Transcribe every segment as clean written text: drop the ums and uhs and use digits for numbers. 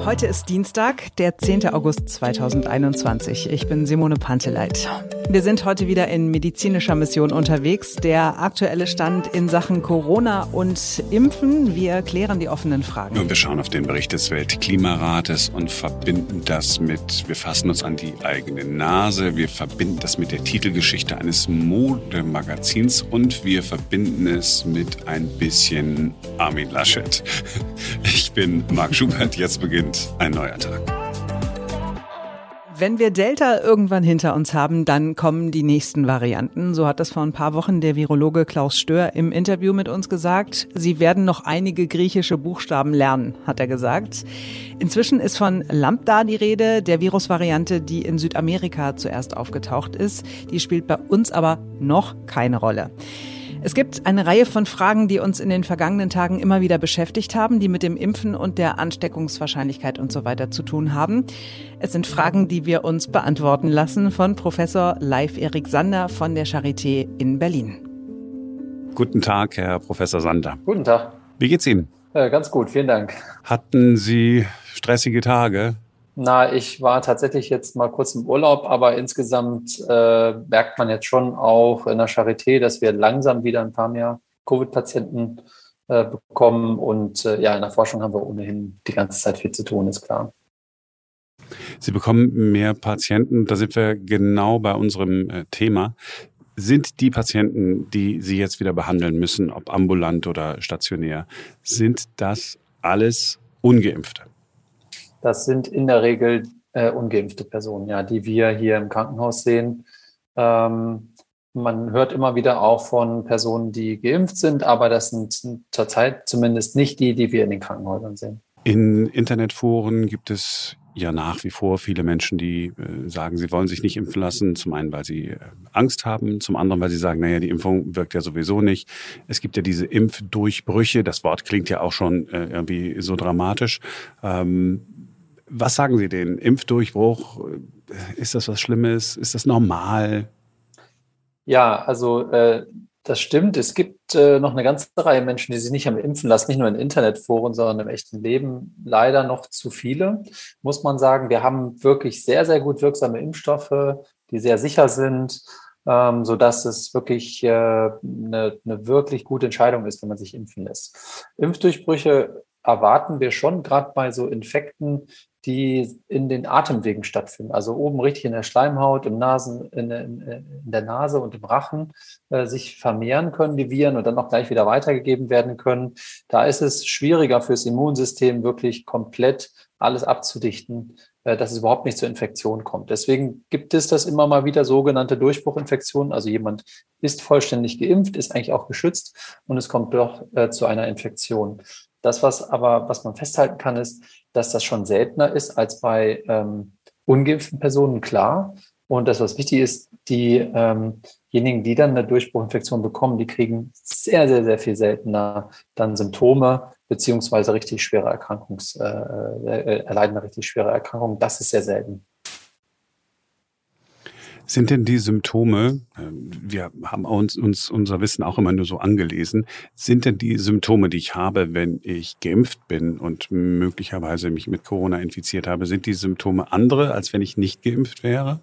Heute ist Dienstag, der 10. August 2021. Ich bin Simone Panteleit. Wir sind heute wieder in medizinischer Mission unterwegs. Der aktuelle Stand in Sachen Corona und Impfen. Wir klären die offenen Fragen. Und wir schauen auf den Bericht des Weltklimarates und verbinden das wir fassen uns an die eigene Nase, wir verbinden das mit der Titelgeschichte eines Modemagazins und wir verbinden es mit ein bisschen Armin Laschet. Ich bin Marc Schubert, jetzt beginnt ein neuer Tag. Wenn wir Delta irgendwann hinter uns haben, dann kommen die nächsten Varianten. So hat das vor ein paar Wochen der Virologe Klaus Stör im Interview mit uns gesagt. Sie werden noch einige griechische Buchstaben lernen, hat er gesagt. Inzwischen ist von Lambda die Rede, der Virusvariante, die in Südamerika zuerst aufgetaucht ist. Die spielt bei uns aber noch keine Rolle. Es gibt eine Reihe von Fragen, die uns in den vergangenen Tagen immer wieder beschäftigt haben, die mit dem Impfen und der Ansteckungswahrscheinlichkeit und so weiter zu tun haben. Es sind Fragen, die wir uns beantworten lassen von Professor Leif-Erik Sander von der Charité in Berlin. Guten Tag, Herr Professor Sander. Guten Tag. Wie geht's Ihnen? Ganz gut, vielen Dank. Hatten Sie stressige Tage? Ich war tatsächlich jetzt mal kurz im Urlaub, aber insgesamt merkt man jetzt schon auch in der Charité, dass wir langsam wieder ein paar mehr Covid-Patienten bekommen. Und in der Forschung haben wir ohnehin die ganze Zeit viel zu tun, ist klar. Sie bekommen mehr Patienten, da sind wir genau bei unserem Thema. Sind die Patienten, die Sie jetzt wieder behandeln müssen, ob ambulant oder stationär, sind das alles Ungeimpfte? Das sind in der Regel ungeimpfte Personen, ja, die wir hier im Krankenhaus sehen. Man hört immer wieder auch von Personen, die geimpft sind, aber das sind zurzeit zumindest nicht die wir in den Krankenhäusern sehen. In Internetforen gibt es ja nach wie vor viele Menschen, die sagen, sie wollen sich nicht impfen lassen. Zum einen, weil sie Angst haben, zum anderen, weil sie sagen, die Impfung wirkt ja sowieso nicht. Es gibt ja diese Impfdurchbrüche. Das Wort klingt ja auch schon irgendwie so dramatisch. Was sagen Sie denen? Impfdurchbruch, ist das was Schlimmes? Ist das normal? Ja, also das stimmt. Es gibt noch eine ganze Reihe Menschen, die sich nicht haben impfen lassen, nicht nur in Internetforen, sondern im echten Leben. Leider noch zu viele, muss man sagen. Wir haben wirklich sehr, sehr gut wirksame Impfstoffe, die sehr sicher sind, sodass es wirklich eine wirklich gute Entscheidung ist, wenn man sich impfen lässt. Impfdurchbrüche erwarten wir schon, gerade bei so Infekten, die in den Atemwegen stattfinden, also oben richtig in der Schleimhaut, in der Nase und im Rachen sich vermehren können, die Viren, und dann auch gleich wieder weitergegeben werden können. Da ist es schwieriger fürs Immunsystem, wirklich komplett alles abzudichten, dass es überhaupt nicht zur Infektion kommt. Deswegen gibt es das immer mal wieder, sogenannte Durchbruchinfektionen. Also jemand ist vollständig geimpft, ist eigentlich auch geschützt und es kommt doch zu einer Infektion. Das, was man festhalten kann, ist, dass das schon seltener ist als bei ungeimpften Personen, klar. Und das, was wichtig ist, diejenigen, die dann eine Durchbruchinfektion bekommen, die kriegen sehr, sehr, sehr viel seltener dann Symptome beziehungsweise richtig schwere erleiden eine richtig schwere Erkrankung. Das ist sehr selten. Sind denn die Symptome, wir haben uns unser Wissen auch immer nur so angelesen, sind denn die Symptome, die ich habe, wenn ich geimpft bin und möglicherweise mich mit Corona infiziert habe, sind die Symptome andere, als wenn ich nicht geimpft wäre?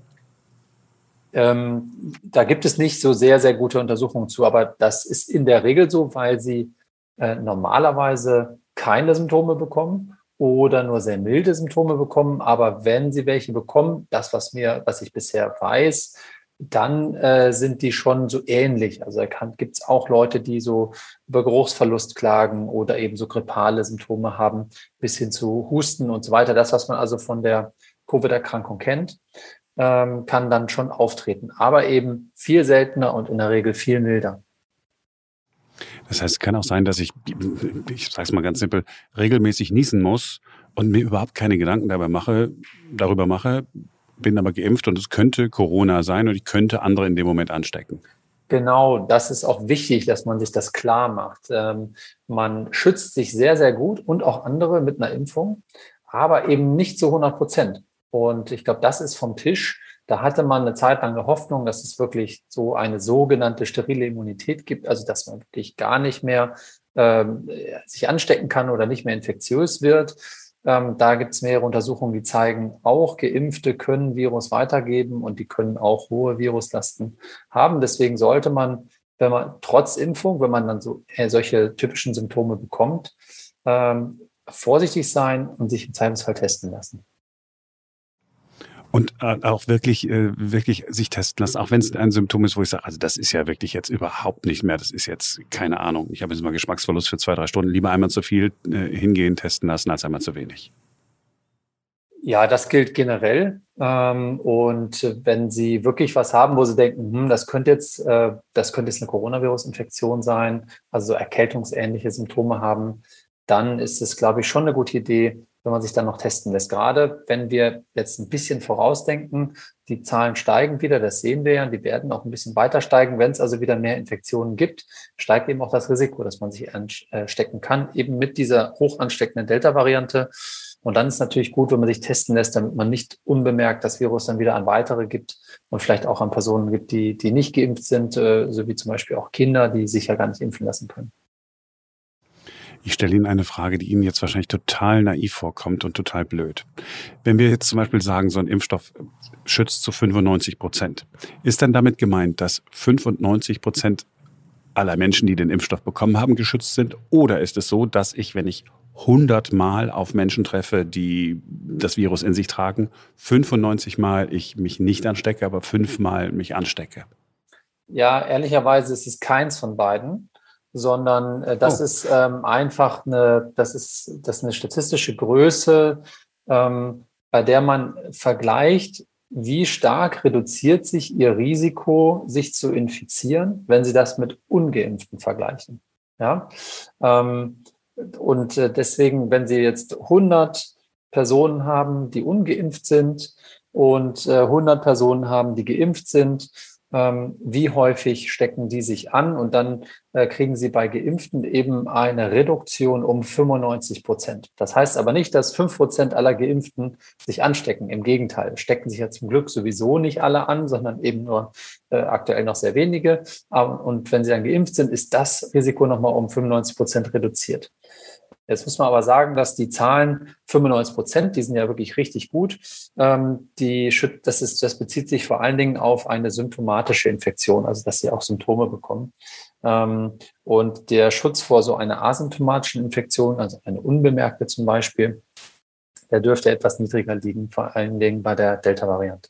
Da gibt es nicht so sehr, sehr gute Untersuchungen zu, aber das ist in der Regel so, weil sie normalerweise keine Symptome bekommen oder nur sehr milde Symptome bekommen. Aber wenn sie welche bekommen, was ich bisher weiß, dann sind die schon so ähnlich. Also gibt es auch Leute, die so über Geruchsverlust klagen oder eben so grippale Symptome haben, bis hin zu Husten und so weiter. Das, was man also von der Covid-Erkrankung kennt, kann dann schon auftreten, aber eben viel seltener und in der Regel viel milder. Das heißt, es kann auch sein, dass ich sage es mal ganz simpel, regelmäßig niesen muss und mir überhaupt keine Gedanken darüber mache, bin aber geimpft und es könnte Corona sein und ich könnte andere in dem Moment anstecken. Genau, das ist auch wichtig, dass man sich das klar macht. Man schützt sich sehr, sehr gut und auch andere mit einer Impfung, aber eben nicht zu 100%. Und ich glaube, das ist vom Tisch. Da hatte man eine Zeit lang eine Hoffnung, dass es wirklich so eine sogenannte sterile Immunität gibt, also dass man wirklich gar nicht mehr sich anstecken kann oder nicht mehr infektiös wird. Da gibt es mehrere Untersuchungen, die zeigen, auch Geimpfte können Virus weitergeben und die können auch hohe Viruslasten haben. Deswegen sollte man, wenn man trotz Impfung, wenn man dann solche typischen Symptome bekommt, vorsichtig sein und sich im Zweifelsfall testen lassen. Und auch wirklich sich testen lassen, auch wenn es ein Symptom ist, wo ich sage, also das ist ja wirklich jetzt überhaupt nicht mehr, das ist jetzt, keine Ahnung, ich habe jetzt mal Geschmacksverlust für 2-3 Stunden, lieber einmal zu viel hingehen, testen lassen, als einmal zu wenig. Ja, das gilt generell. Und wenn Sie wirklich was haben, wo Sie denken, das könnte jetzt eine Coronavirus-Infektion sein, also so erkältungsähnliche Symptome haben, dann ist es, glaube ich, schon eine gute Idee, wenn man sich dann noch testen lässt. Gerade wenn wir jetzt ein bisschen vorausdenken, die Zahlen steigen wieder, das sehen wir ja, die werden auch ein bisschen weiter steigen. Wenn es also wieder mehr Infektionen gibt, steigt eben auch das Risiko, dass man sich anstecken kann, eben mit dieser hoch ansteckenden Delta-Variante. Und dann ist es natürlich gut, wenn man sich testen lässt, damit man nicht unbemerkt das Virus dann wieder an weitere gibt und vielleicht auch an Personen gibt, die nicht geimpft sind, so wie zum Beispiel auch Kinder, die sich ja gar nicht impfen lassen können. Ich stelle Ihnen eine Frage, die Ihnen jetzt wahrscheinlich total naiv vorkommt und total blöd. Wenn wir jetzt zum Beispiel sagen, so ein Impfstoff schützt zu 95%, ist dann damit gemeint, dass 95% aller Menschen, die den Impfstoff bekommen haben, geschützt sind? Oder ist es so, dass ich, wenn ich 100 Mal auf Menschen treffe, die das Virus in sich tragen, 95 Mal ich mich nicht anstecke, aber 5 Mal mich anstecke? Ja, ehrlicherweise ist es keins von beiden, sondern das ist einfach eine statistische Größe, bei der man vergleicht, wie stark reduziert sich Ihr Risiko, sich zu infizieren, wenn Sie das mit Ungeimpften vergleichen. Ja? Und deswegen, wenn Sie jetzt 100 Personen haben, die ungeimpft sind und 100 Personen haben, die geimpft sind, wie häufig stecken die sich an? Und dann kriegen Sie bei Geimpften eben eine Reduktion um 95%. Das heißt aber nicht, dass 5% aller Geimpften sich anstecken. Im Gegenteil, stecken sich ja zum Glück sowieso nicht alle an, sondern eben nur aktuell noch sehr wenige. Und wenn sie dann geimpft sind, ist das Risiko nochmal um 95% reduziert. Jetzt muss man aber sagen, dass die Zahlen 95%, die sind ja wirklich richtig gut. Das bezieht sich vor allen Dingen auf eine symptomatische Infektion, also dass sie auch Symptome bekommen. Und der Schutz vor so einer asymptomatischen Infektion, also eine unbemerkte zum Beispiel, der dürfte etwas niedriger liegen, vor allen Dingen bei der Delta-Variante.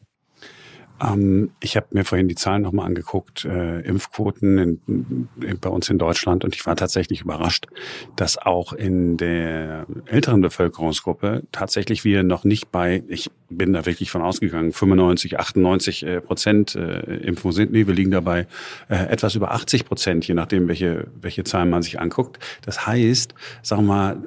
Ich habe mir vorhin die Zahlen nochmal angeguckt, Impfquoten bei uns in Deutschland, und ich war tatsächlich überrascht, dass auch in der älteren Bevölkerungsgruppe tatsächlich wir noch nicht ich bin da wirklich von ausgegangen, 95-98% Impfung sind. Nee, wir liegen dabei etwas über 80%, je nachdem, welche Zahlen man sich anguckt. Das heißt, sagen wir mal,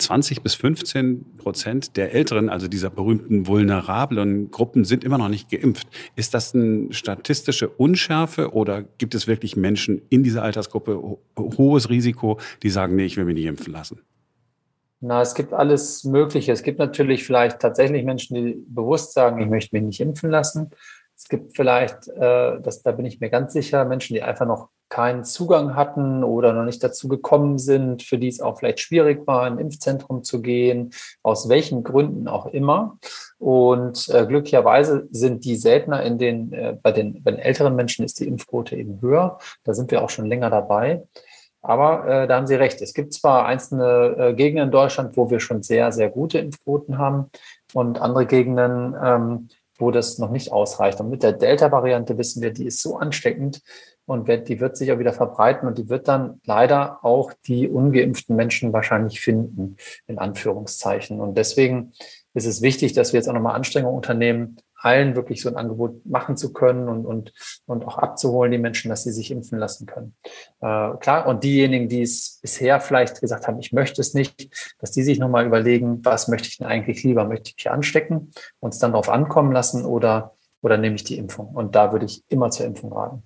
20-15% der Älteren, also dieser berühmten vulnerablen Gruppen, sind immer noch nicht geimpft. Ist das eine statistische Unschärfe oder gibt es wirklich Menschen in dieser Altersgruppe, hohes Risiko, die sagen, nee, ich will mich nicht impfen lassen? Na, es gibt alles Mögliche. Es gibt natürlich vielleicht tatsächlich Menschen, die bewusst sagen, ich möchte mich nicht impfen lassen. Es gibt vielleicht, da bin ich mir ganz sicher, Menschen, die einfach noch keinen Zugang hatten oder noch nicht dazu gekommen sind, für die es auch vielleicht schwierig war, in ein Impfzentrum zu gehen, aus welchen Gründen auch immer. Und glücklicherweise sind die seltener bei den älteren Menschen ist die Impfquote eben höher. Da sind wir auch schon länger dabei. Aber da haben Sie recht. Es gibt zwar einzelne Gegenden in Deutschland, wo wir schon sehr, sehr gute Impfquoten haben und andere Gegenden, wo das noch nicht ausreicht. Und mit der Delta-Variante wissen wir, die ist so ansteckend und die wird sich auch wieder verbreiten und die wird dann leider auch die ungeimpften Menschen wahrscheinlich finden, in Anführungszeichen. Und deswegen ist es wichtig, dass wir jetzt auch nochmal Anstrengungen unternehmen, allen wirklich so ein Angebot machen zu können und auch abzuholen, die Menschen, dass sie sich impfen lassen können. Klar, und diejenigen, die es bisher vielleicht gesagt haben, ich möchte es nicht, dass die sich nochmal überlegen, was möchte ich denn eigentlich lieber? Möchte ich mich anstecken, uns dann darauf ankommen lassen oder nehme ich die Impfung? Und da würde ich immer zur Impfung raten.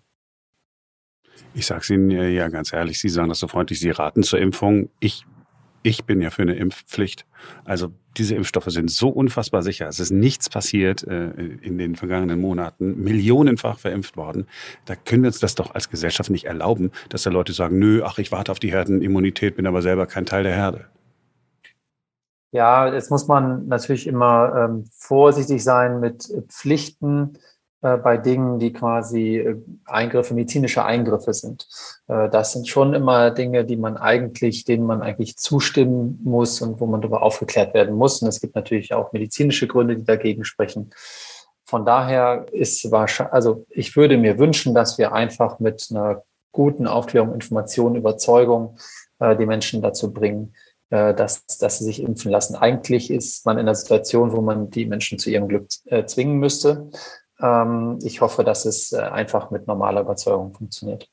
Ich sage es Ihnen ja ganz ehrlich, Sie sagen das so freundlich, Sie raten zur Impfung. Ich bin ja für eine Impfpflicht. Also diese Impfstoffe sind so unfassbar sicher. Es ist nichts passiert in den vergangenen Monaten. Millionenfach verimpft worden. Da können wir uns das doch als Gesellschaft nicht erlauben, dass da Leute sagen, nö, ach, ich warte auf die Herdenimmunität, bin aber selber kein Teil der Herde. Ja, jetzt muss man natürlich immer vorsichtig sein mit Pflichten bei Dingen, die quasi medizinische Eingriffe sind. Das sind schon immer Dinge, denen man eigentlich zustimmen muss und wo man darüber aufgeklärt werden muss. Und es gibt natürlich auch medizinische Gründe, die dagegen sprechen. Von daher ich würde mir wünschen, dass wir einfach mit einer guten Aufklärung, Information, Überzeugung die Menschen dazu bringen, dass sie sich impfen lassen. Eigentlich ist man in einer Situation, wo man die Menschen zu ihrem Glück zwingen müsste. Ich hoffe, dass es einfach mit normaler Überzeugung funktioniert.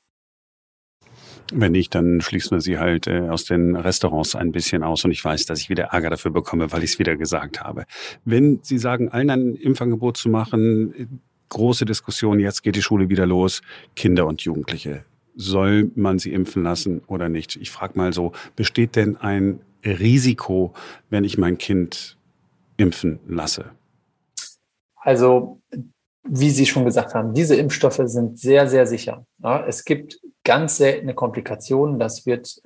Wenn nicht, dann schließen wir sie halt aus den Restaurants ein bisschen aus und ich weiß, dass ich wieder Ärger dafür bekomme, weil ich es wieder gesagt habe. Wenn Sie sagen, allen ein Impfangebot zu machen, große Diskussion, jetzt geht die Schule wieder los, Kinder und Jugendliche. Soll man sie impfen lassen oder nicht? Ich frage mal so, besteht denn ein Risiko, wenn ich mein Kind impfen lasse? Also, wie Sie schon gesagt haben, diese Impfstoffe sind sehr, sehr sicher. Ja, es gibt ganz seltene Komplikationen. Das wird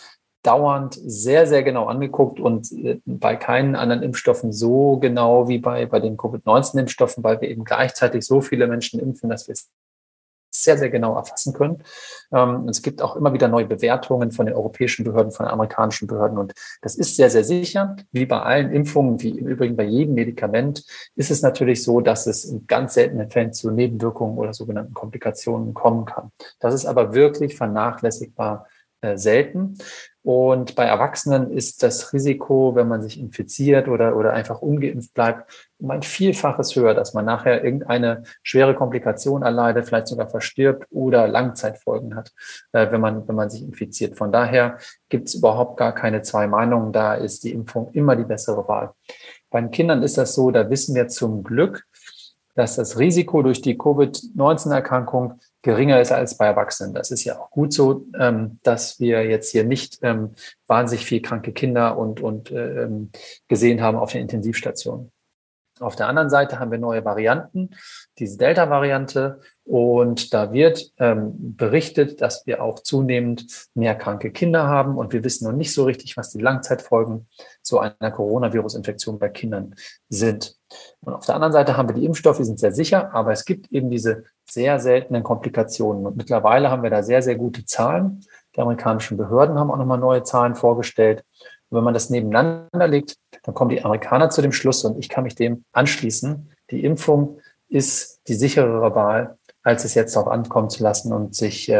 dauernd sehr, sehr genau angeguckt und bei keinen anderen Impfstoffen so genau wie bei den Covid-19-Impfstoffen, weil wir eben gleichzeitig so viele Menschen impfen, dass wir es sehr, sehr genau erfassen können. Und es gibt auch immer wieder neue Bewertungen von den europäischen Behörden, von den amerikanischen Behörden. Und das ist sehr, sehr sicher. Wie bei allen Impfungen, wie im Übrigen bei jedem Medikament, ist es natürlich so, dass es in ganz seltenen Fällen zu Nebenwirkungen oder sogenannten Komplikationen kommen kann. Das ist aber wirklich vernachlässigbar selten. Und bei Erwachsenen ist das Risiko, wenn man sich infiziert oder einfach ungeimpft bleibt, um ein Vielfaches höher, dass man nachher irgendeine schwere Komplikation erleidet, vielleicht sogar verstirbt oder Langzeitfolgen hat, wenn man sich infiziert. Von daher gibt es überhaupt gar keine zwei Meinungen. Da ist die Impfung immer die bessere Wahl. Bei den Kindern ist das so, da wissen wir zum Glück, dass das Risiko durch die Covid-19-Erkrankung geringer ist als bei Erwachsenen. Das ist ja auch gut so, dass wir jetzt hier nicht wahnsinnig viel kranke Kinder und gesehen haben auf den Intensivstationen. Auf der anderen Seite haben wir neue Varianten, diese Delta-Variante. Und da wird berichtet, dass wir auch zunehmend mehr kranke Kinder haben. Und wir wissen noch nicht so richtig, was die Langzeitfolgen so einer Coronavirus-Infektion bei Kindern sind. Und auf der anderen Seite haben wir die Impfstoffe, die sind sehr sicher, aber es gibt eben diese sehr seltenen Komplikationen. Und mittlerweile haben wir da sehr, sehr gute Zahlen. Die amerikanischen Behörden haben auch nochmal neue Zahlen vorgestellt. Und wenn man das nebeneinander legt, dann kommen die Amerikaner zu dem Schluss, und ich kann mich dem anschließen, die Impfung ist die sicherere Wahl, als es jetzt darauf ankommen zu lassen und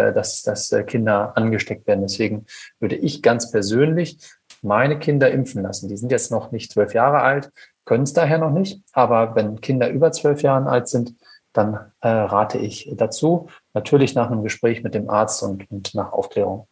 dass Kinder angesteckt werden. Deswegen würde ich ganz persönlich meine Kinder impfen lassen. Die sind jetzt noch nicht 12 Jahre alt, können es daher noch nicht. Aber wenn Kinder über 12 Jahren alt sind, dann rate ich dazu. Natürlich nach einem Gespräch mit dem Arzt und nach Aufklärung.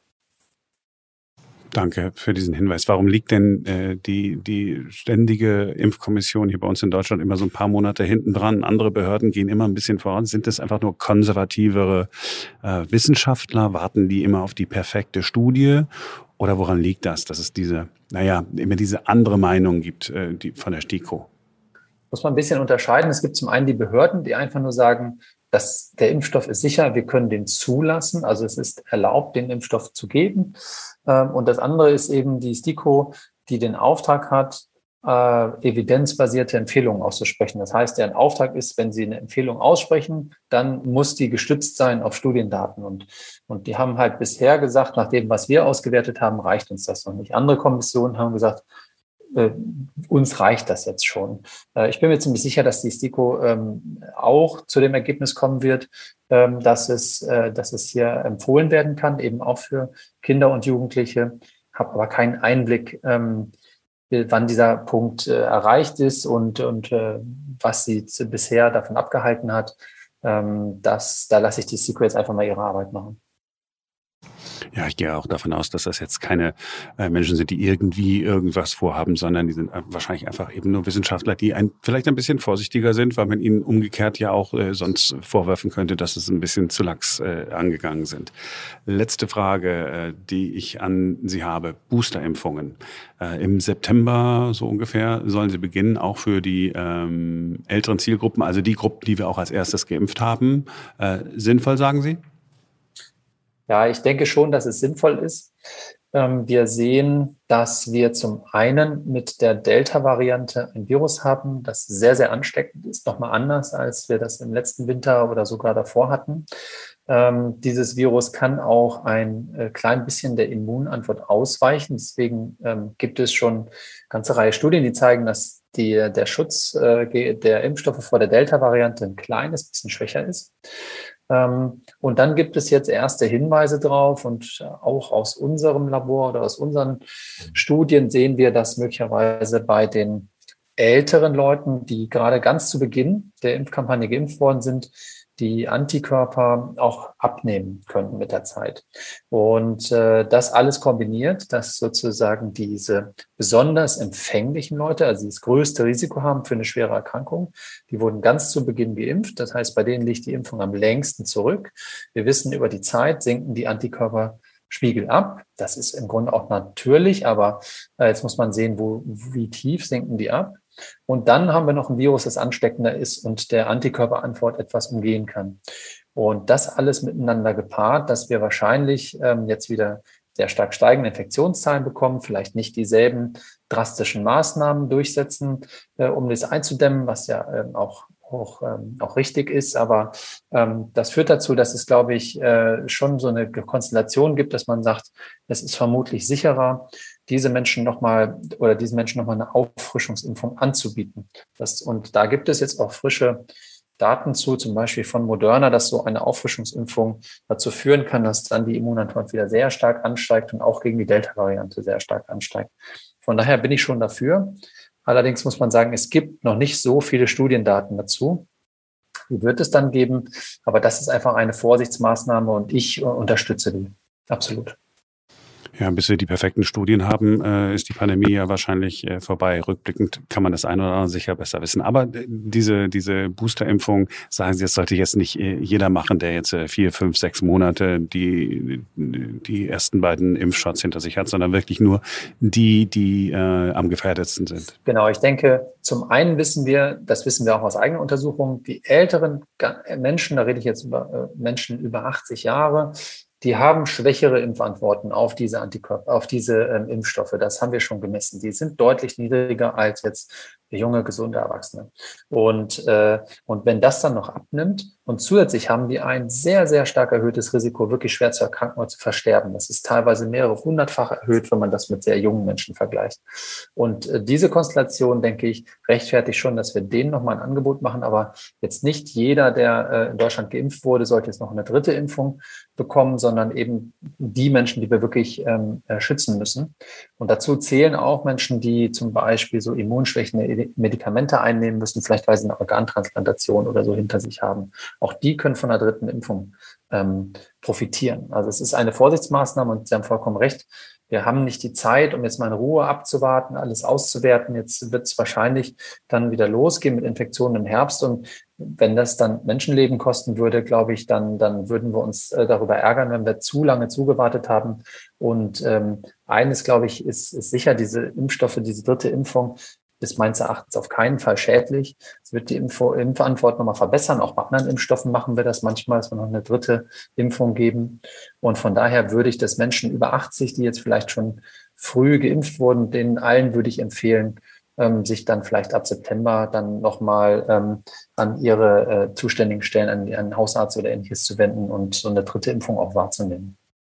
Danke für diesen Hinweis. Warum liegt denn die ständige Impfkommission hier bei uns in Deutschland immer so ein paar Monate hinten dran? Andere Behörden gehen immer ein bisschen voran. Sind das einfach nur konservativere Wissenschaftler? Warten die immer auf die perfekte Studie? Oder woran liegt das, dass es immer diese andere Meinung gibt, die von der STIKO? Muss man ein bisschen unterscheiden. Es gibt zum einen die Behörden, die einfach nur sagen, dass der Impfstoff ist sicher, wir können den zulassen. Also es ist erlaubt, den Impfstoff zu geben. Und das andere ist eben die STIKO, die den Auftrag hat, evidenzbasierte Empfehlungen auszusprechen. Das heißt, deren Auftrag ist, wenn sie eine Empfehlung aussprechen, dann muss die gestützt sein auf Studiendaten. Und die haben halt bisher gesagt, nach dem, was wir ausgewertet haben, reicht uns das noch nicht. Andere Kommissionen haben gesagt, uns reicht das jetzt schon. Ich bin mir ziemlich sicher, dass die STIKO auch zu dem Ergebnis kommen wird, dass es hier empfohlen werden kann, eben auch für Kinder und Jugendliche. Habe aber keinen Einblick, wann dieser Punkt erreicht ist und was sie bisher davon abgehalten hat. Da lasse ich die STIKO jetzt einfach mal ihre Arbeit machen. Ja, ich gehe auch davon aus, dass das jetzt keine Menschen sind, die irgendwie irgendwas vorhaben, sondern die sind wahrscheinlich einfach eben nur Wissenschaftler, die vielleicht ein bisschen vorsichtiger sind, weil man ihnen umgekehrt ja auch sonst vorwerfen könnte, dass es ein bisschen zu lax angegangen sind. Letzte Frage, die ich an Sie habe. Boosterimpfungen. Im September so ungefähr sollen sie beginnen, auch für die älteren Zielgruppen, also die Gruppen, die wir auch als erstes geimpft haben. Sinnvoll, sagen Sie? Ja, ich denke schon, dass es sinnvoll ist. Wir sehen, dass wir zum einen mit der Delta-Variante ein Virus haben, das sehr, sehr ansteckend ist, nochmal anders, als wir das im letzten Winter oder sogar davor hatten. Dieses Virus kann auch ein klein bisschen der Immunantwort ausweichen. Deswegen gibt es schon eine ganze Reihe Studien, die zeigen, dass der Schutz der Impfstoffe vor der Delta-Variante ein kleines bisschen schwächer ist. Und dann gibt es jetzt erste Hinweise drauf und auch aus unserem Labor oder aus unseren Studien sehen wir, dass möglicherweise bei den älteren Leuten, die gerade ganz zu Beginn der Impfkampagne geimpft worden sind, die Antikörper auch abnehmen könnten mit der Zeit. Und das alles kombiniert, dass sozusagen diese besonders empfänglichen Leute, also die das größte Risiko haben für eine schwere Erkrankung, die wurden ganz zu Beginn geimpft. Das heißt, bei denen liegt die Impfung am längsten zurück. Wir wissen, über die Zeit sinken die Antikörperspiegel ab. Das ist im Grunde auch natürlich, aber jetzt muss man sehen, wie tief sinken die ab. Und dann haben wir noch ein Virus, das ansteckender ist und der Antikörperantwort etwas umgehen kann. Und das alles miteinander gepaart, dass wir wahrscheinlich jetzt wieder sehr stark steigende Infektionszahlen bekommen, vielleicht nicht dieselben drastischen Maßnahmen durchsetzen, um das einzudämmen, was ja auch richtig ist. Aber das führt dazu, dass es, glaube ich, schon so eine Konstellation gibt, dass man sagt, es ist vermutlich sicherer, diesen Menschen nochmal eine Auffrischungsimpfung anzubieten. Und da gibt es jetzt auch frische Daten zu, zum Beispiel von Moderna, dass so eine Auffrischungsimpfung dazu führen kann, dass dann die Immunantwort wieder sehr stark ansteigt und auch gegen die Delta-Variante sehr stark ansteigt. Von daher bin ich schon dafür. Allerdings muss man sagen, es gibt noch nicht so viele Studiendaten dazu. Die wird es dann geben, aber das ist einfach eine Vorsichtsmaßnahme und ich unterstütze die. Absolut. Ja, bis wir die perfekten Studien haben, ist die Pandemie ja wahrscheinlich vorbei. Rückblickend kann man das ein oder andere sicher besser wissen. Aber diese Boosterimpfung, sagen Sie, das sollte jetzt nicht jeder machen, der jetzt 4, 5, 6 Monate die ersten beiden Impfshots hinter sich hat, sondern wirklich nur die am gefährdetsten sind. Genau, ich denke, zum einen wissen wir auch aus eigenen Untersuchungen, die älteren Menschen, da rede ich jetzt über Menschen über 80 Jahre, die haben schwächere Impfantworten auf diese Impfstoffe. Das haben wir schon gemessen. Die sind deutlich niedriger als jetzt junge, gesunde Erwachsene. Und wenn das dann noch abnimmt und zusätzlich haben die ein sehr, sehr stark erhöhtes Risiko, wirklich schwer zu erkranken oder zu versterben. Das ist teilweise mehrere hundertfach erhöht, wenn man das mit sehr jungen Menschen vergleicht. Und diese Konstellation, denke ich, rechtfertigt schon, dass wir denen nochmal ein Angebot machen. Aber jetzt nicht jeder, der in Deutschland geimpft wurde, sollte jetzt noch eine dritte Impfung bekommen, sondern eben die Menschen, die wir wirklich schützen müssen. Und dazu zählen auch Menschen, die zum Beispiel so immunschwächende Medikamente einnehmen müssen, vielleicht weil sie eine Organtransplantation oder so hinter sich haben. Auch die können von einer dritten Impfung profitieren. Also es ist eine Vorsichtsmaßnahme und Sie haben vollkommen recht. Wir haben nicht die Zeit, um jetzt mal in Ruhe abzuwarten, alles auszuwerten. Jetzt wird es wahrscheinlich dann wieder losgehen mit Infektionen im Herbst. Und wenn das dann Menschenleben kosten würde, glaube ich, dann würden wir uns darüber ärgern, wenn wir zu lange zugewartet haben. Und eines, glaube ich, ist sicher, diese Impfstoffe, diese dritte Impfung ist meines Erachtens auf keinen Fall schädlich. Es wird die Impfantwort nochmal verbessern. Auch bei anderen Impfstoffen machen wir das manchmal, dass wir noch eine dritte Impfung geben. Und von daher würde ich das Menschen über 80, die jetzt vielleicht schon früh geimpft wurden, denen allen würde ich empfehlen, sich dann vielleicht ab September dann nochmal an ihre zuständigen Stellen, an einen Hausarzt oder Ähnliches zu wenden und so eine dritte Impfung auch wahrzunehmen.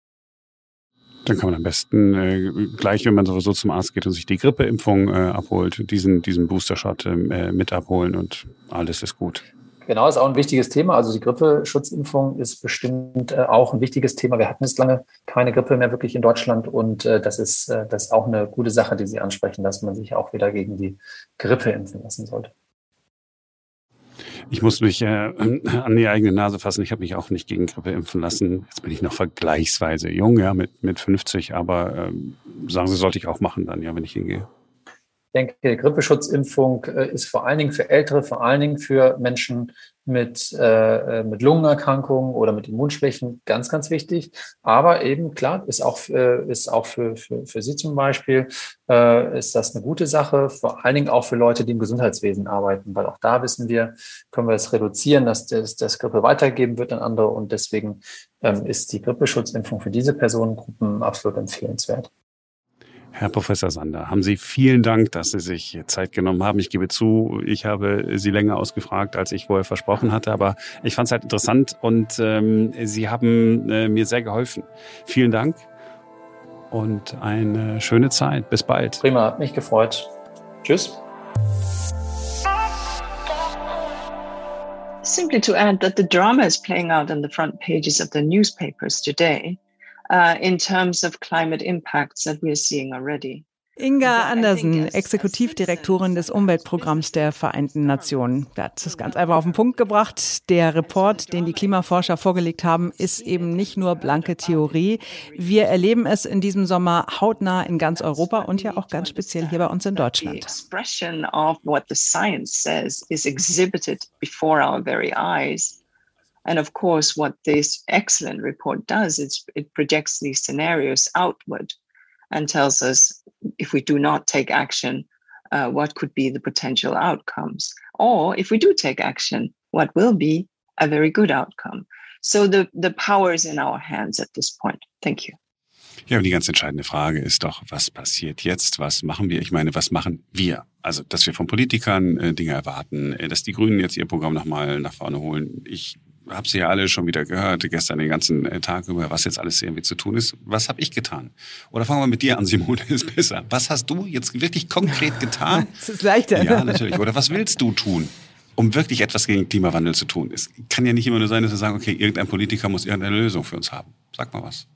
Dann kann man am besten gleich, wenn man sowieso zum Arzt geht und sich die Grippeimpfung abholt, diesen Booster-Shot mit abholen und alles ist gut. Genau, ist auch ein wichtiges Thema. Also die Grippeschutzimpfung ist bestimmt auch ein wichtiges Thema. Wir hatten jetzt lange keine Grippe mehr wirklich in Deutschland und das ist auch eine gute Sache, die Sie ansprechen, dass man sich auch wieder gegen die Grippe impfen lassen sollte. Ich muss mich an die eigene Nase fassen. Ich habe mich auch nicht gegen Grippe impfen lassen. Jetzt bin ich noch vergleichsweise jung, ja, mit 50. Aber sagen Sie, sollte ich auch machen dann, ja, wenn ich hingehe. denke, Grippeschutzimpfung ist vor allen Dingen für Ältere, vor allen Dingen für Menschen mit Lungenerkrankungen oder mit Immunschwächen ganz, ganz wichtig. Aber eben, klar, ist auch für Sie zum Beispiel, ist das eine gute Sache, vor allen Dingen auch für Leute, die im Gesundheitswesen arbeiten, weil auch da wissen wir, können wir es reduzieren, dass das Grippe weitergegeben wird an andere und deswegen ist die Grippeschutzimpfung für diese Personengruppen absolut empfehlenswert. Herr Professor Sander, haben Sie vielen Dank, dass Sie sich Zeit genommen haben. Ich gebe zu, ich habe Sie länger ausgefragt, als ich vorher versprochen hatte, aber ich fand es halt interessant und Sie haben mir sehr geholfen. Vielen Dank und eine schöne Zeit. Bis bald. Prima, hat mich gefreut. Tschüss. Simply to add that the drama is playing out on the front pages of the newspapers today. In terms of climate impacts that we are seeing already. Inga Andersen, Exekutivdirektorin des Umweltprogramms der Vereinten Nationen. Der hat es ganz einfach auf den Punkt gebracht. Der Report, den die Klimaforscher vorgelegt haben, ist eben nicht nur blanke Theorie. Wir erleben es in diesem Sommer hautnah in ganz Europa und ja auch ganz speziell hier bei uns in Deutschland. The expression of what the science says is exhibited before our very eyes. And of course, what this excellent report does is it projects these scenarios outward and tells us if we do not take action, what could be the potential outcomes? Or if we do take action, what will be a very good outcome? So the power is in our hands at this point. Thank you. Ja, und die ganz entscheidende Frage ist doch, was passiert jetzt? Was machen wir? Ich meine, was machen wir? Also, dass wir von Politikern Dinge erwarten, dass die Grünen jetzt ihr Programm nochmal nach vorne holen. Ich habe Sie ja alle schon wieder gehört, gestern den ganzen Tag über, was jetzt alles irgendwie zu tun ist. Was habe ich getan? Oder fangen wir mit dir an, Simone, ist besser. Was hast du jetzt wirklich konkret getan? Das ist leichter. Ja, natürlich. Oder was willst du tun, um wirklich etwas gegen den Klimawandel zu tun? Es kann ja nicht immer nur sein, dass wir sagen, okay, irgendein Politiker muss irgendeine Lösung für uns haben. Sag mal was.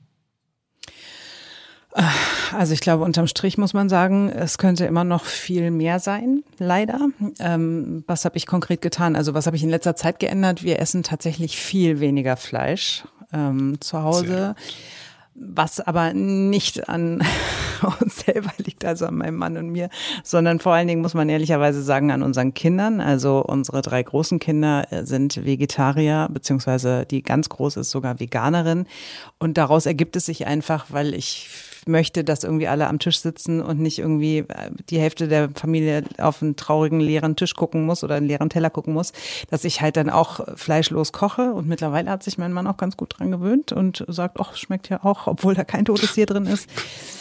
Also ich glaube, unterm Strich muss man sagen, es könnte immer noch viel mehr sein, leider. Was habe ich konkret getan? Also was habe ich in letzter Zeit geändert? Wir essen tatsächlich viel weniger Fleisch zu Hause, was aber nicht an uns selber liegt, also an meinem Mann und mir, sondern vor allen Dingen muss man ehrlicherweise sagen, an unseren Kindern. Also unsere 3 großen Kinder sind Vegetarier, beziehungsweise die ganz große ist sogar Veganerin. Und daraus ergibt es sich einfach, weil ich möchte, dass irgendwie alle am Tisch sitzen und nicht irgendwie die Hälfte der Familie auf einen traurigen, leeren Tisch gucken muss oder einen leeren Teller gucken muss, dass ich halt dann auch fleischlos koche. Und mittlerweile hat sich mein Mann auch ganz gut dran gewöhnt und sagt, ach, schmeckt ja auch, obwohl da kein totes Tier drin ist.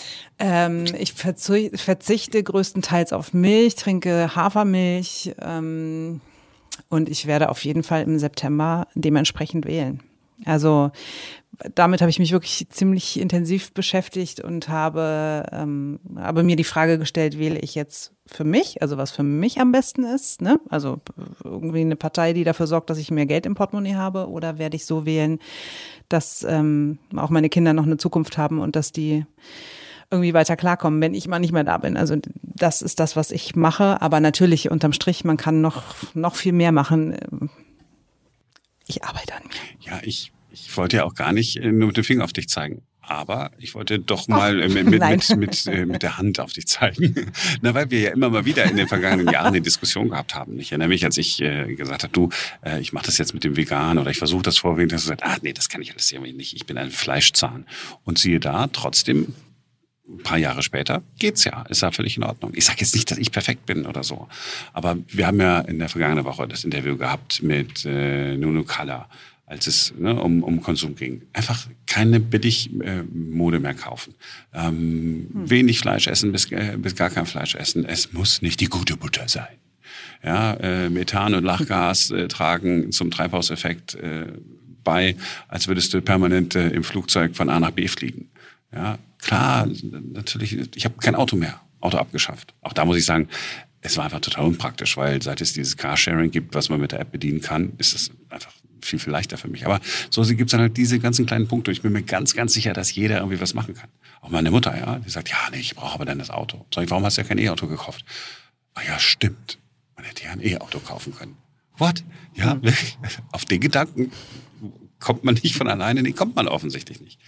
Ich verzichte größtenteils auf Milch, trinke Hafermilch und ich werde auf jeden Fall im September dementsprechend wählen. Also damit habe ich mich wirklich ziemlich intensiv beschäftigt und habe mir die Frage gestellt, wähle ich jetzt für mich, also was für mich am besten ist, ne? Also irgendwie eine Partei, die dafür sorgt, dass ich mehr Geld im Portemonnaie habe, oder werde ich so wählen, dass auch meine Kinder noch eine Zukunft haben und dass die irgendwie weiter klarkommen, wenn ich mal nicht mehr da bin. Also das ist das, was ich mache, aber natürlich unterm Strich, man kann noch viel mehr machen. Ich arbeite an mir. Ja, ich wollte ja auch gar nicht nur mit dem Finger auf dich zeigen. Aber ich wollte doch mal mit der Hand auf dich zeigen. Na, weil wir ja immer mal wieder in den vergangenen Jahren eine Diskussion gehabt haben. Ich erinnere mich, als ich gesagt habe, ich mache das jetzt mit dem Vegan oder ich versuche das vorwiegend, dass du sagst, nee, das kann ich alles irgendwie nicht. Ich bin ein Fleischzahn. Und siehe da, trotzdem, ein paar Jahre später geht's ja, ist ja völlig in Ordnung. Ich sage jetzt nicht, dass ich perfekt bin oder so, aber wir haben ja in der vergangenen Woche das Interview gehabt mit Nunu Kalla, als es um Konsum ging. Einfach keine Billigmode mehr kaufen. Wenig Fleisch essen, bis gar kein Fleisch essen. Es muss nicht die gute Butter sein. Ja, Methan und Lachgas tragen zum Treibhauseffekt bei, als würdest du permanent im Flugzeug von A nach B fliegen. Ja, klar, natürlich, ich habe kein Auto mehr, Auto abgeschafft. Auch da muss ich sagen, es war einfach total unpraktisch, weil seit es dieses Carsharing gibt, was man mit der App bedienen kann, ist es einfach viel, viel leichter für mich. Aber so gibt es dann halt diese ganzen kleinen Punkte. Ich bin mir ganz, ganz sicher, dass jeder irgendwie was machen kann. Auch meine Mutter, ja, die sagt, ja, nee, ich brauche aber dann das Auto. Sag ich, warum hast du ja kein E-Auto gekauft? Ah ja, stimmt. Man hätte ja ein E-Auto kaufen können. What? Ja, auf den Gedanken kommt man nicht von alleine. Nee, kommt man offensichtlich nicht.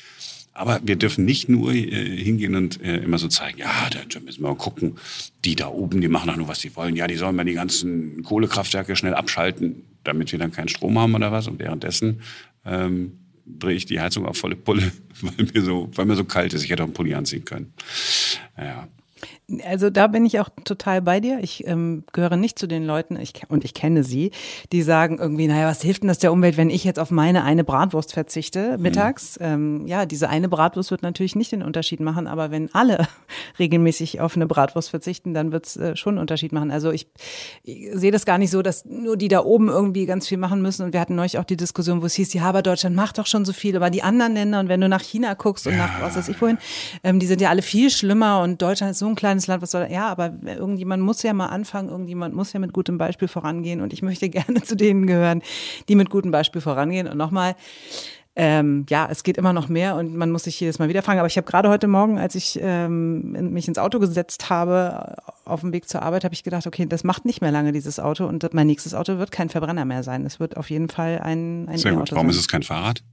Aber wir dürfen nicht nur hingehen und immer so zeigen, ja, da müssen wir mal gucken, die da oben, die machen doch nur, was sie wollen. Ja, die sollen mal die ganzen Kohlekraftwerke schnell abschalten, damit wir dann keinen Strom haben oder was. Und währenddessen drehe ich die Heizung auf volle Pulle, weil mir so kalt ist. Ich hätte auch einen Pulli anziehen können. Ja. Also da bin ich auch total bei dir. Ich gehöre nicht zu den Leuten, und ich kenne sie, die sagen irgendwie, naja, was hilft denn das der Umwelt, wenn ich jetzt auf meine eine Bratwurst verzichte mittags? Ja, diese eine Bratwurst wird natürlich nicht den Unterschied machen, aber wenn alle regelmäßig auf eine Bratwurst verzichten, dann wird es schon einen Unterschied machen. Also ich sehe das gar nicht so, dass nur die da oben irgendwie ganz viel machen müssen. Und wir hatten neulich auch die Diskussion, wo es hieß, ja, aber Deutschland macht doch schon so viel, aber die anderen Länder, und wenn du nach China guckst und nach, was weiß ich wohin, die sind ja alle viel schlimmer und Deutschland ist so ein kleines Land, was soll, ja, aber irgendjemand muss ja mal anfangen, irgendjemand muss ja mit gutem Beispiel vorangehen und ich möchte gerne zu denen gehören, die mit gutem Beispiel vorangehen. Und nochmal, ja, es geht immer noch mehr und man muss sich jedes Mal wieder fragen. Aber ich habe gerade heute Morgen, als ich mich ins Auto gesetzt habe, auf dem Weg zur Arbeit, habe ich gedacht, okay, das macht nicht mehr lange, dieses Auto, und mein nächstes Auto wird kein Verbrenner mehr sein. Es wird auf jeden Fall ein Sehr E-Auto gut. Warum sein. ist es kein Fahrrad?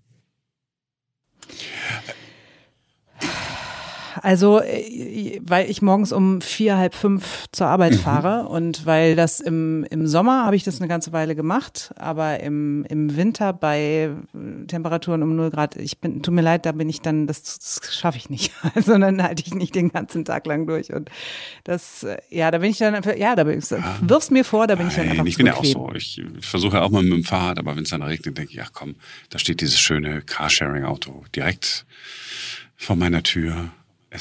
Also, weil ich morgens um 4, halb 5 zur Arbeit fahre und weil das im Sommer habe ich das eine ganze Weile gemacht, aber im Winter bei Temperaturen um 0 Grad, tut mir leid, da bin ich dann, das schaffe ich nicht. Also dann halte ich nicht den ganzen Tag lang durch und das, ja, da bin ich dann, ja, wirf's mir vor, da bin ich dann einfach ich zu bin ja auch bequem. so. Ich versuche auch mal mit dem Fahrrad, aber wenn es dann regnet, denke ich, ach komm, da steht dieses schöne Carsharing-Auto direkt vor meiner Tür.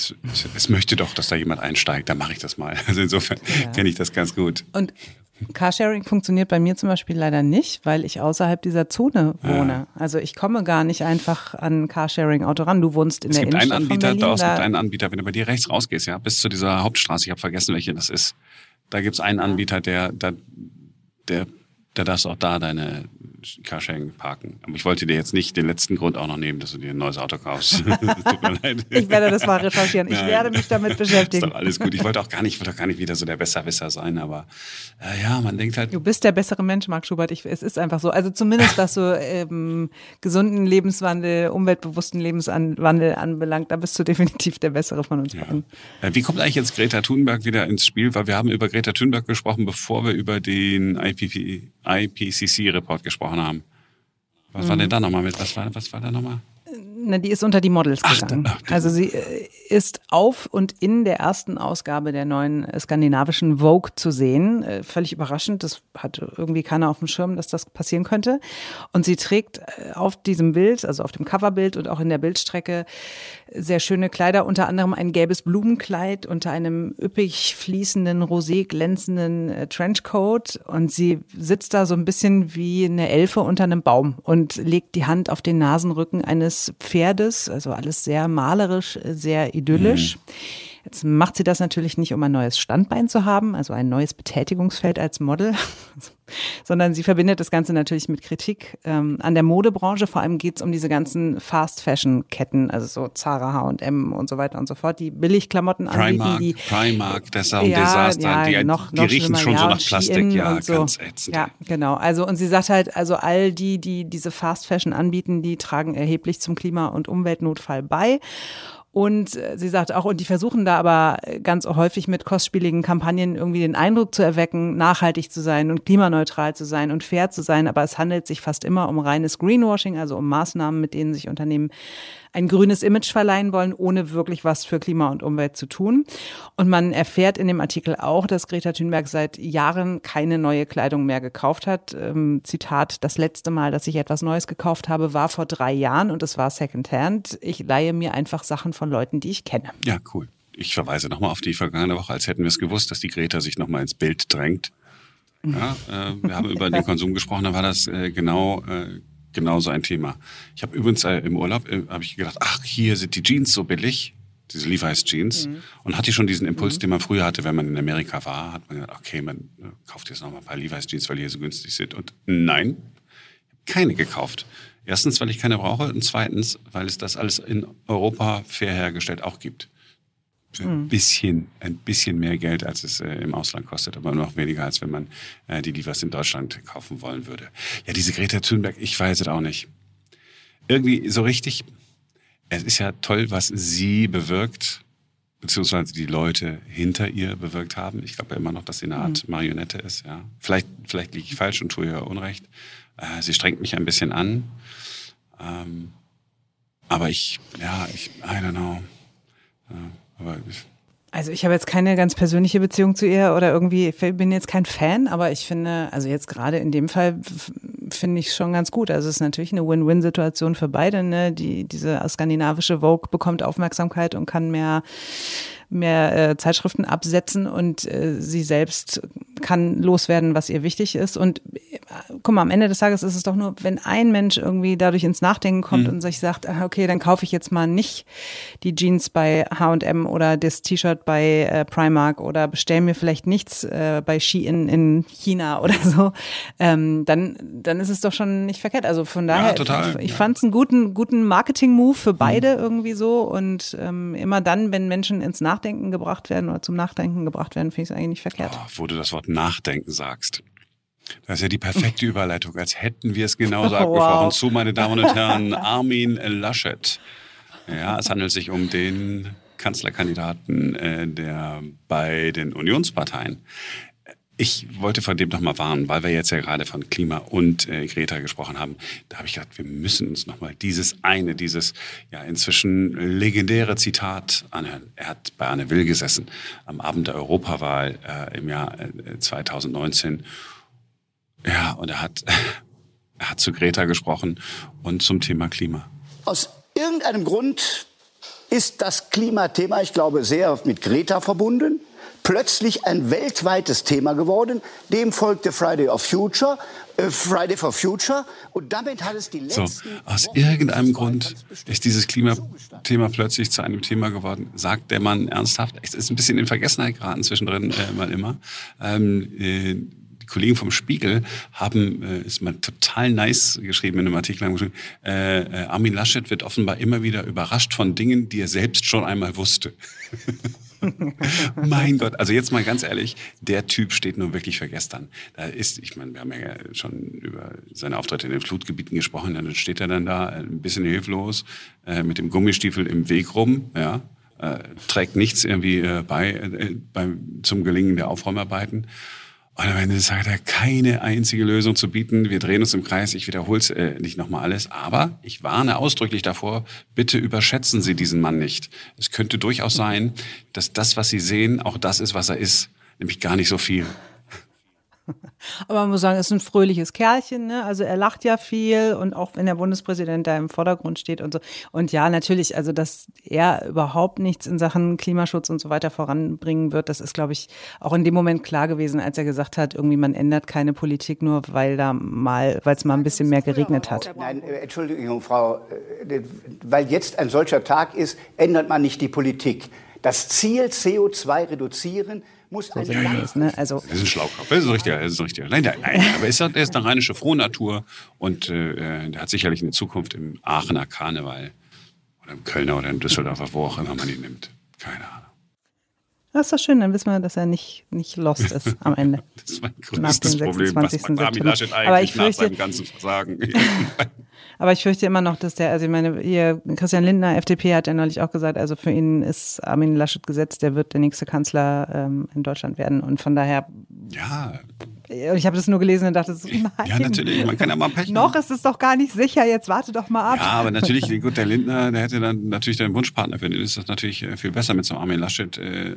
Es möchte doch, dass da jemand einsteigt, dann mache ich das mal. Also insofern kenne ich das ganz gut. Und Carsharing funktioniert bei mir zum Beispiel leider nicht, weil ich außerhalb dieser Zone wohne. Ja. Also ich komme gar nicht einfach an ein Carsharing-Auto ran. Du wohnst in der Innenstadt von Berlin. Es gibt einen Anbieter, wenn du bei dir rechts rausgehst, ja, bis zu dieser Hauptstraße, ich habe vergessen, welche das ist. Da gibt's einen Anbieter, der darfst auch da deine Carsharing parken. Aber ich wollte dir jetzt nicht den letzten Grund auch noch nehmen, dass du dir ein neues Auto kaufst. Tut mir leid. Ich werde das mal recherchieren. Ich werde mich damit beschäftigen. Ist doch alles gut. Ich wollte auch gar nicht wieder so der Besserwisser sein, aber ja, man denkt halt. Du bist der bessere Mensch, Marc Schubert. Es ist einfach so. Also zumindest was so gesunden Lebenswandel, umweltbewussten Lebenswandel anbelangt, da bist du definitiv der bessere von uns beiden. Wie kommt eigentlich jetzt Greta Thunberg wieder ins Spiel? Weil wir haben über Greta Thunberg gesprochen, bevor wir über den IPCC-Report gesprochen haben. Was war denn da nochmal mit? Was war da nochmal? Na, die ist unter die Models gegangen. Also sie ist auf und in der ersten Ausgabe der neuen skandinavischen Vogue zu sehen. Völlig überraschend. Das hatte irgendwie keiner auf dem Schirm, dass das passieren könnte. Und sie trägt auf diesem Bild, also auf dem Coverbild und auch in der Bildstrecke, sehr schöne Kleider, unter anderem ein gelbes Blumenkleid unter einem üppig fließenden, rosé glänzenden Trenchcoat. Und sie sitzt da so ein bisschen wie eine Elfe unter einem Baum und legt die Hand auf den Nasenrücken eines Pferdes. Also alles sehr malerisch, sehr idyllisch. Jetzt macht sie das natürlich nicht, um ein neues Standbein zu haben, also ein neues Betätigungsfeld als Model, sondern sie verbindet das Ganze natürlich mit Kritik an der Modebranche. Vor allem geht es um diese ganzen Fast-Fashion-Ketten, also so Zara, H&M und so weiter und so fort, die Billigklamotten anbieten. Primark, das ist auch ein Desaster. Die riechen schon so nach Plastik, so. Ganz ätzend. Ja, genau. Also, und sie sagt halt, also all die diese Fast-Fashion anbieten, die tragen erheblich zum Klima- und Umweltnotfall bei. Und sie sagt auch, und die versuchen da aber ganz häufig mit kostspieligen Kampagnen irgendwie den Eindruck zu erwecken, nachhaltig zu sein und klimaneutral zu sein und fair zu sein. Aber es handelt sich fast immer um reines Greenwashing, also um Maßnahmen, mit denen sich Unternehmen ein grünes Image verleihen wollen, ohne wirklich was für Klima und Umwelt zu tun. Und man erfährt in dem Artikel auch, dass Greta Thunberg seit Jahren keine neue Kleidung mehr gekauft hat. Zitat, das letzte Mal, dass ich etwas Neues gekauft habe, war vor 3 Jahren und es war Secondhand. Ich leihe mir einfach Sachen von Leuten, die ich kenne. Ja, cool. Ich verweise nochmal auf die vergangene Woche, als hätten wir es gewusst, dass die Greta sich nochmal ins Bild drängt. Ja, wir haben über den Konsum gesprochen, da war das genau so ein Thema. Ich habe übrigens im Urlaub habe ich gedacht, ach, hier sind die Jeans so billig, diese Levi's Jeans, und hatte schon diesen Impuls, den man früher hatte, wenn man in Amerika war, hat man gedacht, okay, man kauft jetzt noch mal ein paar Levi's Jeans, weil die hier so günstig sind. Und nein, keine gekauft. Erstens, weil ich keine brauche, und zweitens, weil es das alles in Europa fair hergestellt auch gibt. Für ein bisschen mehr Geld, als es im Ausland kostet, aber noch weniger, als wenn man die Levi's in Deutschland kaufen wollen würde. Ja, diese Greta Thunberg, ich weiß es auch nicht. Irgendwie so richtig, es ist ja toll, was sie bewirkt, beziehungsweise die Leute hinter ihr bewirkt haben. Ich glaube ja immer noch, dass sie eine Art Marionette ist. Ja, vielleicht liege ich falsch und tue ihr Unrecht. Sie strengt mich ein bisschen an. Aber I don't know. Also ich habe jetzt keine ganz persönliche Beziehung zu ihr oder irgendwie, ich bin jetzt kein Fan, aber ich finde, also jetzt gerade in dem Fall finde ich es schon ganz gut. Also es ist natürlich eine Win-Win-Situation für beide, ne? Diese skandinavische Vogue bekommt Aufmerksamkeit und kann mehr Zeitschriften absetzen und sie selbst kann loswerden, was ihr wichtig ist. Und guck mal, am Ende des Tages ist es doch nur, wenn ein Mensch irgendwie dadurch ins Nachdenken kommt und sich sagt, okay, dann kaufe ich jetzt mal nicht die Jeans bei H&M oder das T-Shirt bei Primark oder bestelle mir vielleicht nichts bei Shein in China oder so, dann ist es doch schon nicht verkehrt. Also von daher, ich fand es einen guten Marketing-Move für beide irgendwie so und immer dann, wenn Menschen ins Nachdenken gebracht werden oder zum Nachdenken gebracht werden, finde ich es eigentlich nicht verkehrt. Wo du das Wort Nachdenken sagst. Das ist ja die perfekte Überleitung, als hätten wir es genauso abgesprochen. Zu, meine Damen und Herren, Armin Laschet. Ja, es handelt sich um den Kanzlerkandidaten der bei den Unionsparteien. Ich wollte von dem nochmal warnen, weil wir jetzt ja gerade von Klima und Greta gesprochen haben. Da habe ich gedacht, wir müssen uns nochmal dieses ja inzwischen legendäre Zitat anhören. Er hat bei Anne Will gesessen am Abend der Europawahl im Jahr 2019. Ja, und er hat zu Greta gesprochen und zum Thema Klima. Aus irgendeinem Grund ist das Klimathema, ich glaube, sehr mit Greta verbunden, plötzlich ein weltweites Thema geworden. Dem folgte Friday for Future. Und damit hat es die letzten aus irgendeinem Grund ist dieses Klimathema plötzlich zu einem Thema geworden. Sagt der Mann ernsthaft? Es ist ein bisschen in Vergessenheit geraten zwischendrin mal immer. Die Kollegen vom Spiegel haben, ist mal total nice geschrieben in einem Artikel, haben geschrieben, Armin Laschet wird offenbar immer wieder überrascht von Dingen, die er selbst schon einmal wusste. Mein Gott, also jetzt mal ganz ehrlich, der Typ steht nur wirklich für gestern. Ich meine, wir haben ja schon über seine Auftritte in den Flutgebieten gesprochen, dann steht er dann da ein bisschen hilflos mit dem Gummistiefel im Weg rum, ja, trägt nichts irgendwie zum Gelingen der Aufräumarbeiten. Und am Ende sagt er, keine einzige Lösung zu bieten. Wir drehen uns im Kreis. Ich wiederhole es nicht nochmal alles. Aber ich warne ausdrücklich davor, bitte überschätzen Sie diesen Mann nicht. Es könnte durchaus sein, dass das, was Sie sehen, auch das ist, was er ist. Nämlich gar nicht so viel. Aber man muss sagen, er ist ein fröhliches Kerlchen, ne? Also er lacht ja viel und auch wenn der Bundespräsident da im Vordergrund steht und so. Und ja, natürlich, also dass er überhaupt nichts in Sachen Klimaschutz und so weiter voranbringen wird, das ist, glaube ich, auch in dem Moment klar gewesen, als er gesagt hat, irgendwie man ändert keine Politik nur, weil es mal ein bisschen mehr geregnet hat. Nein, Entschuldigung, Frau, weil jetzt ein solcher Tag ist, ändert man nicht die Politik. Das Ziel CO2 reduzieren muss so ist, ne? Also das ist ein Schlaukopf, das ist richtig. Nein, aber er ist eine rheinische Frohnatur und der hat sicherlich eine Zukunft im Aachener Karneval oder im Kölner oder im Düsseldorfer, wo auch immer man ihn nimmt. Keine Ahnung. Das ist doch schön, dann wissen wir, dass er nicht lost ist am Ende. Das ist mein größtes Problem, was macht Armin Laschet eigentlich nach seinem ganzen Versagen? Aber ich fürchte immer noch, dass Christian Lindner, FDP, hat ja neulich auch gesagt, also für ihn ist Armin Laschet gesetzt, der wird der nächste Kanzler in Deutschland werden. Und von daher. Ja. Ich habe das nur gelesen und dachte so, nein. Ja, natürlich, man kann ja mal Pech noch ist es doch gar nicht sicher, jetzt warte doch mal ab. Ja, aber natürlich, gut, der Lindner, der hätte dann natürlich den Wunschpartner, für den ist das natürlich viel besser mit so einem Armin Laschet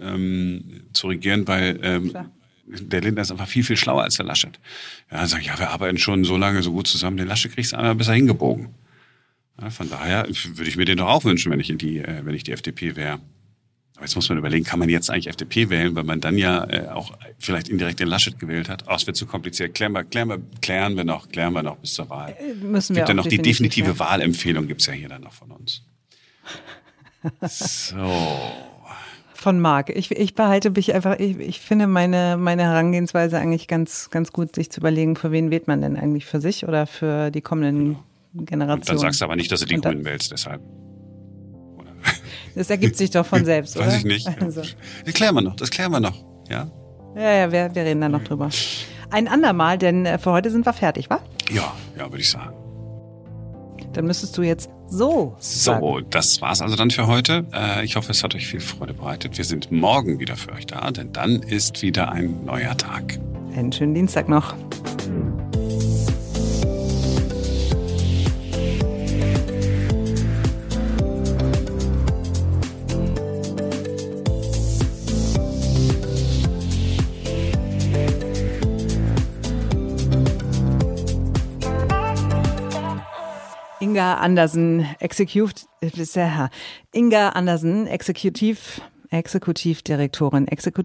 zu regieren, weil der Lindner ist einfach viel, viel schlauer als der Laschet. Ja, sagt, ja, wir arbeiten schon so lange so gut zusammen, den Laschet kriegst du einmal besser hingebogen. Ja, von daher würde ich mir den doch auch wünschen, wenn ich die FDP wäre. Aber jetzt muss man überlegen, kann man jetzt eigentlich FDP wählen, weil man dann ja auch vielleicht indirekt den Laschet gewählt hat. Es wird zu kompliziert. Klären wir noch bis zur Wahl. Es gibt ja noch die definitive Wahlempfehlung, gibt's ja hier dann noch von uns. So. Von Marc. Ich behalte mich einfach, ich finde meine Herangehensweise eigentlich ganz, ganz gut, sich zu überlegen, für wen wählt man denn eigentlich, für sich oder für die kommenden Generationen. Und dann sagst du aber nicht, dass du die Grünen wählst, deshalb. Oder? Das ergibt sich doch von selbst, oder? Weiß ich nicht. Also. Das klären wir noch, ja? Ja, wir reden da noch drüber. Ein andermal, denn für heute sind wir fertig, wa? Ja, würde ich sagen. Dann müsstest du jetzt So. So, das war's also dann für heute. Ich hoffe, es hat euch viel Freude bereitet. Wir sind morgen wieder für euch da, denn dann ist wieder ein neuer Tag. Einen schönen Dienstag noch. Inga Andersen, Exekutivdirektorin.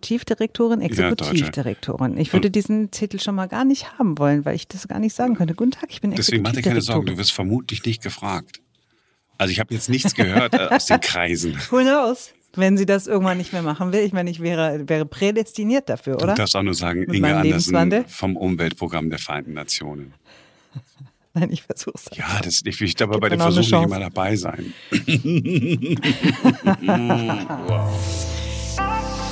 Ich würde diesen Titel schon mal gar nicht haben wollen, weil ich das gar nicht sagen könnte. Guten Tag, ich bin Deswegen mach dir keine Sorgen, du wirst vermutlich nicht gefragt. Also ich habe jetzt nichts gehört aus den Kreisen. Who knows? Wenn sie das irgendwann nicht mehr machen will. Ich meine, ich wäre prädestiniert dafür, oder? Du darfst auch nur sagen, Inga Andersen vom Umweltprogramm der Vereinten Nationen. Nein, ich versuche es. Ja, ich will aber bei dem Versuch nicht immer dabei sein. Wow.